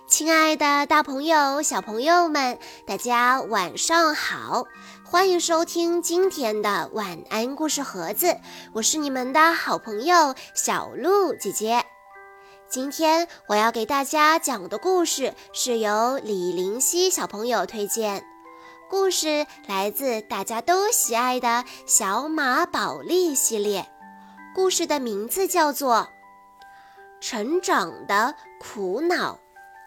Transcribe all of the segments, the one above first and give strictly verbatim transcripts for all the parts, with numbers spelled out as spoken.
亲爱的大朋友小朋友们，大家晚上好，欢迎收听今天的晚安故事盒子，我是你们的好朋友小鹿姐姐。今天我要给大家讲的故事是由李林熙小朋友推荐，故事来自大家都喜爱的小马宝莉系列，故事的名字叫做成长的苦恼。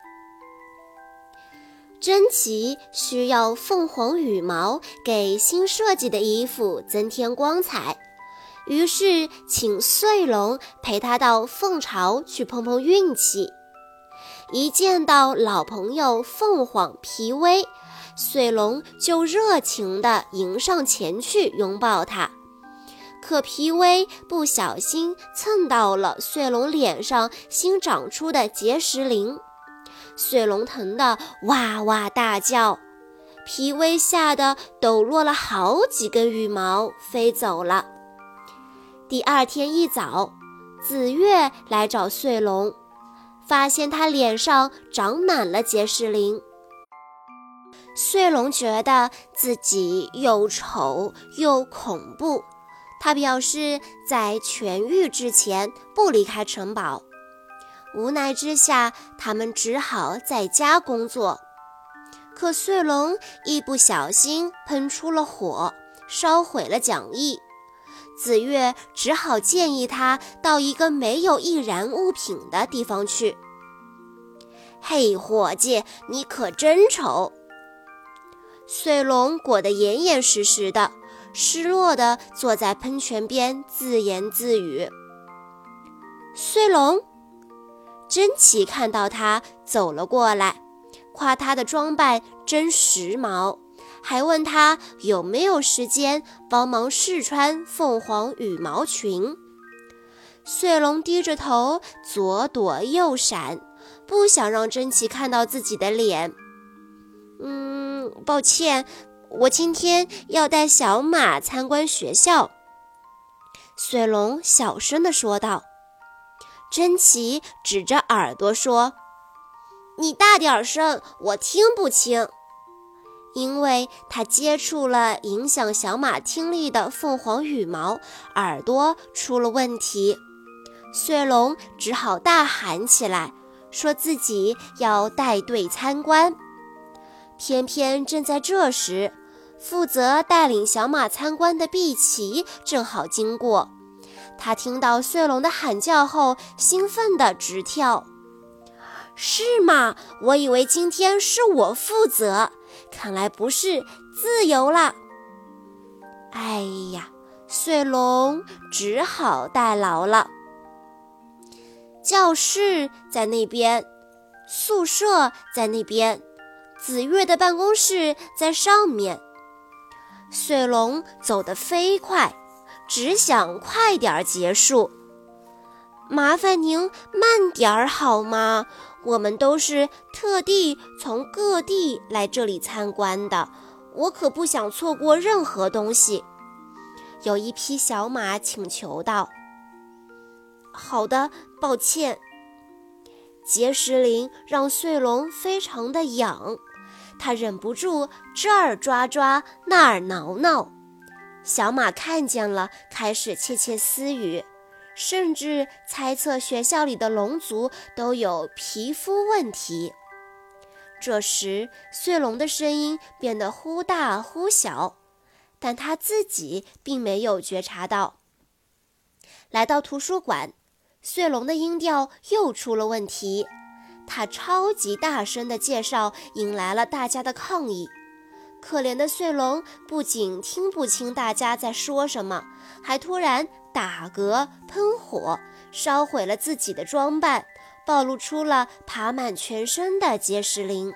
珍奇需要凤凰羽毛给新设计的衣服增添光彩，于是请穗龙陪他到凤巢去碰碰运气。一见到老朋友凤凰皮威，穗龙就热情地迎上前去拥抱他。可皮威不小心蹭到了穗龙脸上新长出的结石鳞，穗龙疼得哇哇大叫，皮威吓得抖落了好几根羽毛飞走了。第二天一早，紫月来找穗龙，发现他脸上长满了结石鳞。穗龙觉得自己又丑又恐怖，他表示在痊愈之前不离开城堡。无奈之下，他们只好在家工作。可穗龙一不小心喷出了火，烧毁了讲义。紫月只好建议他到一个没有易燃物品的地方去。嘿，伙计，你可真丑！穗龙裹得严严实实的，失落地坐在喷泉边自言自语。穗龙，珍奇看到他走了过来，夸他的装扮真时髦，还问他有没有时间帮忙试穿凤凰羽毛裙。穗龙低着头左躲右闪，不想让珍奇看到自己的脸。嗯，抱歉，我今天要带小马参观学校。穗龙小声地说道。珍奇指着耳朵说，你大点声，我听不清。因为他接触了影响小马听力的凤凰羽毛，耳朵出了问题。穗龙只好大喊起来，说自己要带队参观。偏偏正在这时，负责带领小马参观的碧琪正好经过。他听到穗龙的喊叫后，兴奋地直跳。是吗？我以为今天是我负责，看来不是，自由了。哎呀，穗龙只好代劳了。教室在那边，宿舍在那边，紫月的办公室在上面。穗龙走得飞快，只想快点结束。麻烦您慢点儿好吗？我们都是特地从各地来这里参观的，我可不想错过任何东西。有一匹小马请求道。好的，抱歉。结石鳞让穗龙非常的痒，他忍不住这儿抓抓那儿挠挠。小马看见了，开始窃窃私语，甚至猜测学校里的龙族都有皮肤问题。这时，穗龙的声音变得忽大忽小，但他自己并没有觉察到。来到图书馆，穗龙的音调又出了问题，他超级大声的介绍引来了大家的抗议。可怜的穗龙不仅听不清大家在说什么，还突然打嗝喷火，烧毁了自己的装扮，暴露出了爬满全身的结石鳞。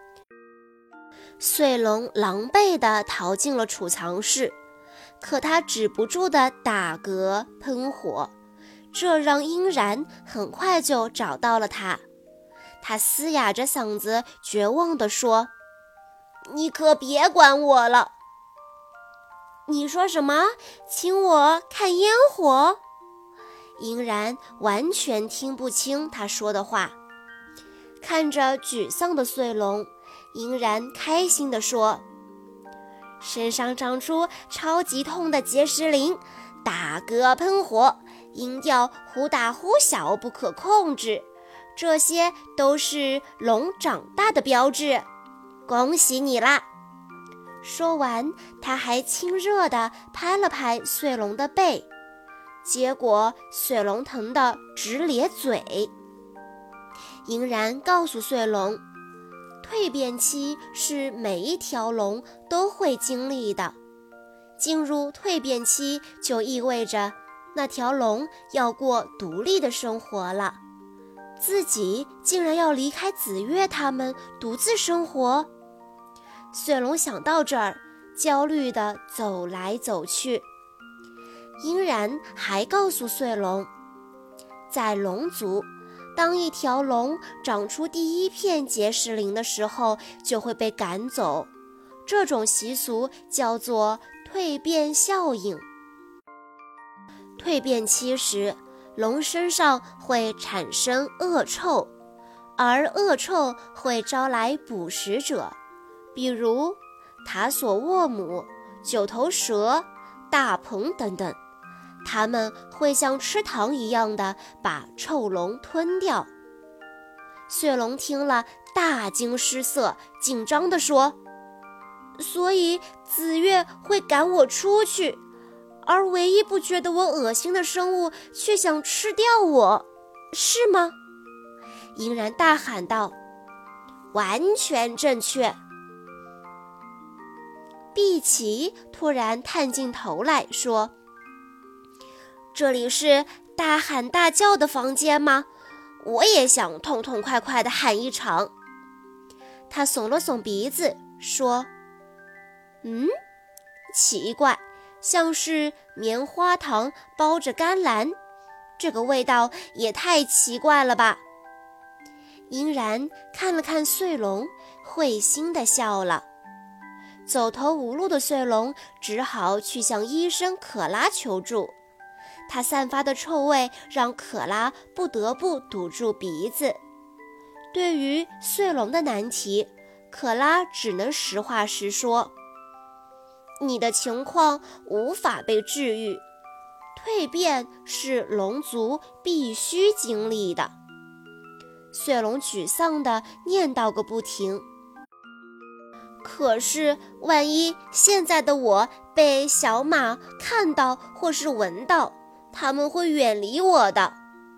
穗龙狼狈地逃进了储藏室，可他止不住地打嗝喷火，这让殷然很快就找到了他。他嘶哑着嗓子绝望地说，你可别管我了。你说什么？请我看烟火？殷然完全听不清他说的话。 看着沮丧的穗龙，殷然开心地说：身上长出超级痛的结石鳞，大哥喷火，音调忽大忽小，不可控制，这些都是龙长大的标志，恭喜你啦！说完，他还亲热地拍了拍穗龙的背，结果穗龙疼得直咧嘴。殷然告诉穗龙，蜕变期是每一条龙都会经历的，进入蜕变期就意味着那条龙要过独立的生活了，自己竟然要离开紫月他们独自生活。穗龙想到这儿，焦虑地走来走去。殷然还告诉穗龙，在龙族，当一条龙长出第一片结石鳞的时候，就会被赶走，这种习俗叫做蜕变效应。蜕变期时，龙身上会产生恶臭，而恶臭会招来捕食者，比如塔索沃姆、九头蛇、大鹏等等，它们会像吃糖一样的把臭龙吞掉。穗龙听了大惊失色，紧张地说：所以紫月会赶我出去，而唯一不觉得我恶心的生物却想吃掉我，是吗？殷然大喊道：完全正确。碧琪突然探进头来说：这里是大喊大叫的房间吗？我也想痛痛快快地喊一场。他耸了耸鼻子说：嗯，奇怪，像是棉花糖包着甘蓝，这个味道也太奇怪了吧。殷然看了看穗龙，会心地笑了。走投无路的穗龙只好去向医生可拉求助，他散发的臭味让可拉不得不堵住鼻子。对于穗龙的难题，可拉只能实话实说：你的情况无法被治愈，蜕变是龙族必须经历的。穗龙沮丧地念叨个不停。可是万一现在的我被小马看到或是闻到，他们会远离我的。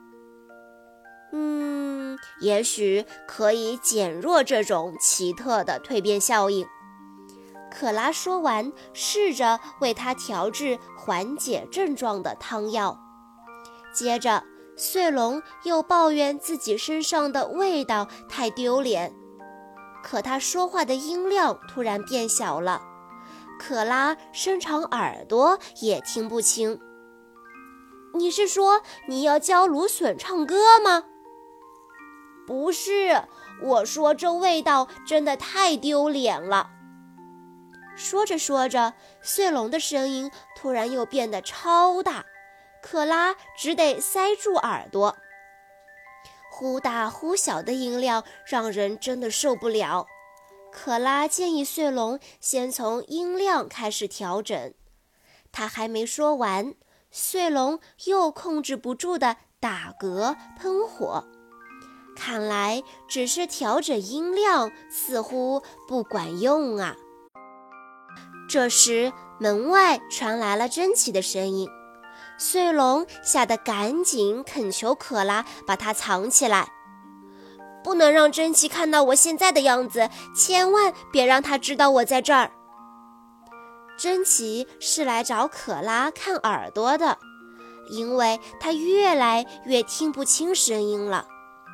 嗯，也许可以减弱这种奇特的蜕变效应。可拉说完，试着为他调制缓解症状的汤药。接着，穗龙又抱怨自己身上的味道太丢脸。可他说话的音量突然变小了，可拉伸长耳朵也听不清。你是说你要教芦笋唱歌吗？不是，我说这味道真的太丢脸了。说着说着，穗龙的声音突然又变得超大，可拉只得塞住耳朵。忽大忽小的音量让人真的受不了。可拉建议穗龙先从音量开始调整，他还没说完，穗龙又控制不住地打嗝喷火。看来只是调整音量似乎不管用啊。这时门外传来了珍奇的声音，穗龙吓得赶紧恳求可拉把它藏起来，不能让珍奇看到我现在的样子，千万别让他知道我在这儿。珍奇是来找可拉看耳朵的，因为他越来越听不清声音了。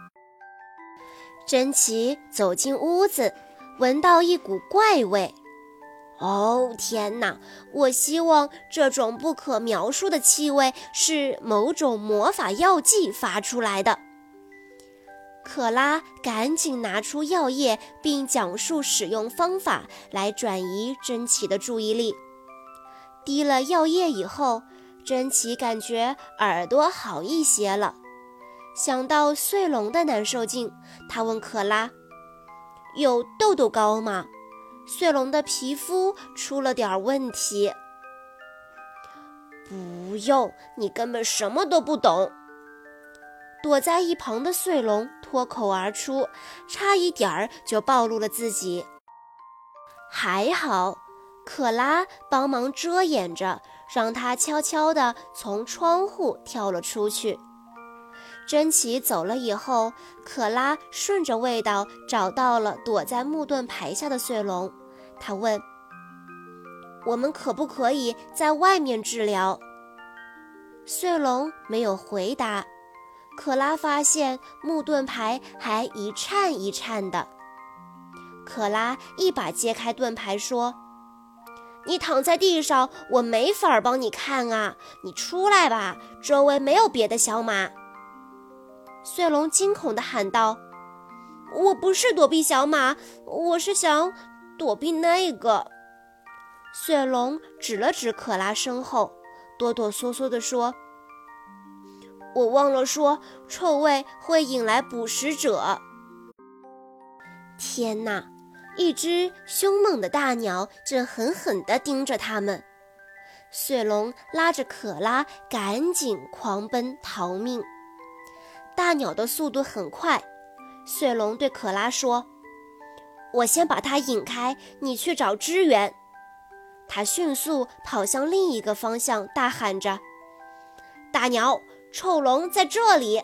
珍奇走进屋子，闻到一股怪味。哦，天哪！我希望这种不可描述的气味是某种魔法药剂发出来的。可拉赶紧拿出药液，并讲述使用方法来转移珍奇的注意力。滴了药液以后，珍奇感觉耳朵好一些了。 想到穗龙的难受劲，他问可拉：“有豆豆膏吗？穗龙的皮肤出了点问题。”“不用，你根本什么都不懂。”躲在一旁的穗龙脱口而出，差一点儿就暴露了自己。还好，可拉帮忙遮掩着，让他悄悄地从窗户跳了出去。珍奇走了以后，可拉顺着味道找到了躲在木盾牌下的穗龙。他问：“我们可不可以在外面治疗？”穗龙没有回答。可拉发现木盾牌还一颤一颤的。可拉一把揭开盾牌说：“你躺在地上，我没法帮你看啊，你出来吧，周围没有别的小马。”穗龙惊恐地喊道：“我不是躲避小马，我是想躲避那个。”穗龙指了指可拉身后，哆哆嗦嗦地说：“我忘了说，臭味会引来捕食者。”天哪！一只凶猛的大鸟正狠狠地盯着他们。穗龙拉着可拉赶紧狂奔逃命。大鸟的速度很快，穗龙对可拉说：“我先把它引开，你去找支援。”他迅速跑向另一个方向，大喊着：“大鸟！臭龙在这里！”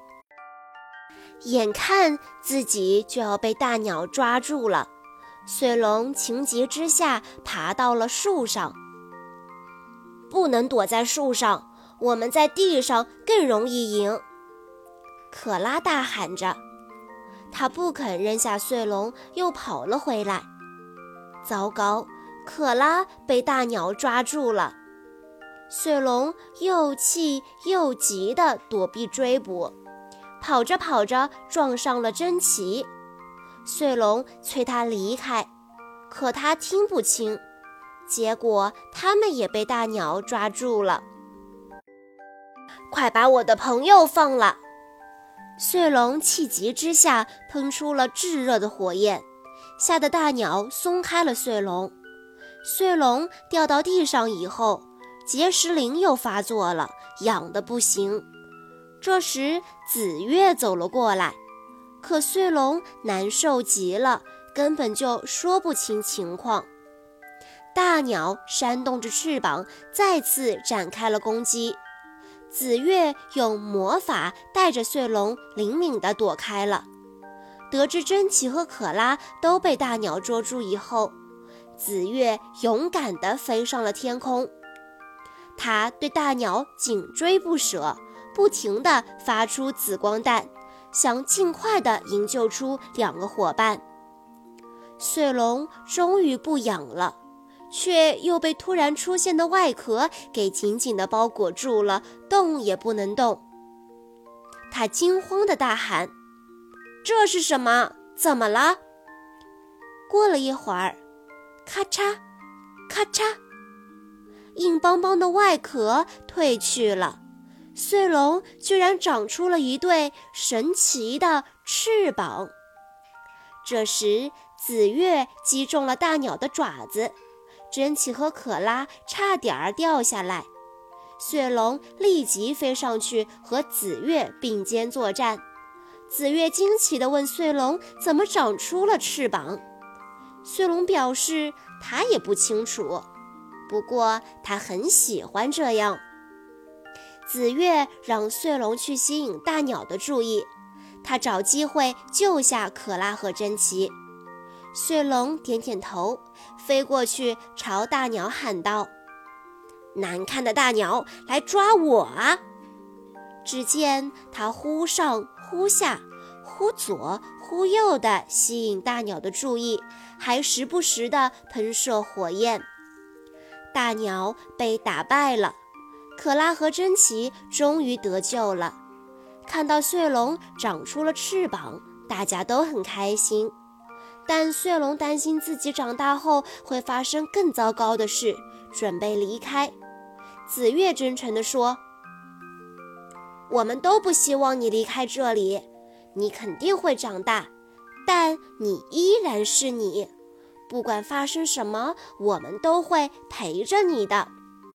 眼看自己就要被大鸟抓住了，穗龙情急之下爬到了树上。“不能躲在树上，我们在地上更容易赢！”可拉大喊着，他不肯扔下穗龙，又跑了回来。糟糕，可拉被大鸟抓住了。穗龙又气又急地躲避追捕，跑着跑着撞上了珍奇。穗龙催他离开，可他听不清，结果他们也被大鸟抓住了。“快把我的朋友放了！”穗龙气急之下喷出了炙热的火焰，吓得大鸟松开了穗龙。穗龙掉到地上以后，结石鳞又发作了，痒得不行。这时紫月走了过来，可穗龙难受极了，根本就说不清情况。大鸟扇动着翅膀，再次展开了攻击。紫月用魔法带着穗龙灵敏地躲开了。得知珍奇和可拉都被大鸟捉住以后，紫月勇敢地飞上了天空。他对大鸟紧追不舍，不停地发出紫光弹，想尽快地营救出两个伙伴。穗龙终于不痒了，却又被突然出现的外壳给紧紧地包裹住了，动也不能动。他惊慌地大喊：“这是什么？怎么了？”过了一会儿，咔嚓咔嚓，硬邦邦的外壳褪去了，穗龙居然长出了一对神奇的翅膀。这时紫月击中了大鸟的爪子，珍奇和可拉差点儿掉下来。穗龙立即飞上去和紫月并肩作战。紫月惊奇地问穗龙怎么长出了翅膀。穗龙表示他也不清楚，不过他很喜欢这样。紫月让穗龙去吸引大鸟的注意，他找机会救下可拉和珍奇。穗龙点点头，飞过去朝大鸟喊道：“难看的大鸟，来抓我啊！”只见他忽上忽下，忽左忽右地吸引大鸟的注意，还时不时地喷射火焰。大鸟被打败了，可拉和珍奇终于得救了。看到穗龙长出了翅膀，大家都很开心。但穗龙担心自己长大后会发生更糟糕的事，准备离开。紫月真诚地说：“ 我们都不希望你离开这里，你肯定会长大，但你依然是你，不管发生什么，我们都会陪着你的。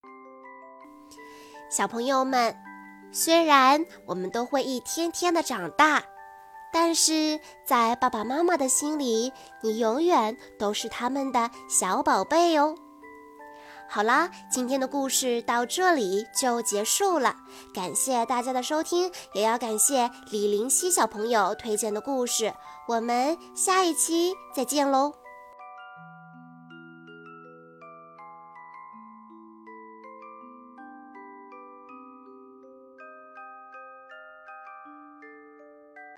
小朋友们，虽然我们都会一天天的长大，但是在爸爸妈妈的心里，你永远都是他们的小宝贝哦。好啦，今天的故事到这里就结束了，感谢大家的收听，也要感谢李林熙小朋友推荐的故事，我们下一期再见喽。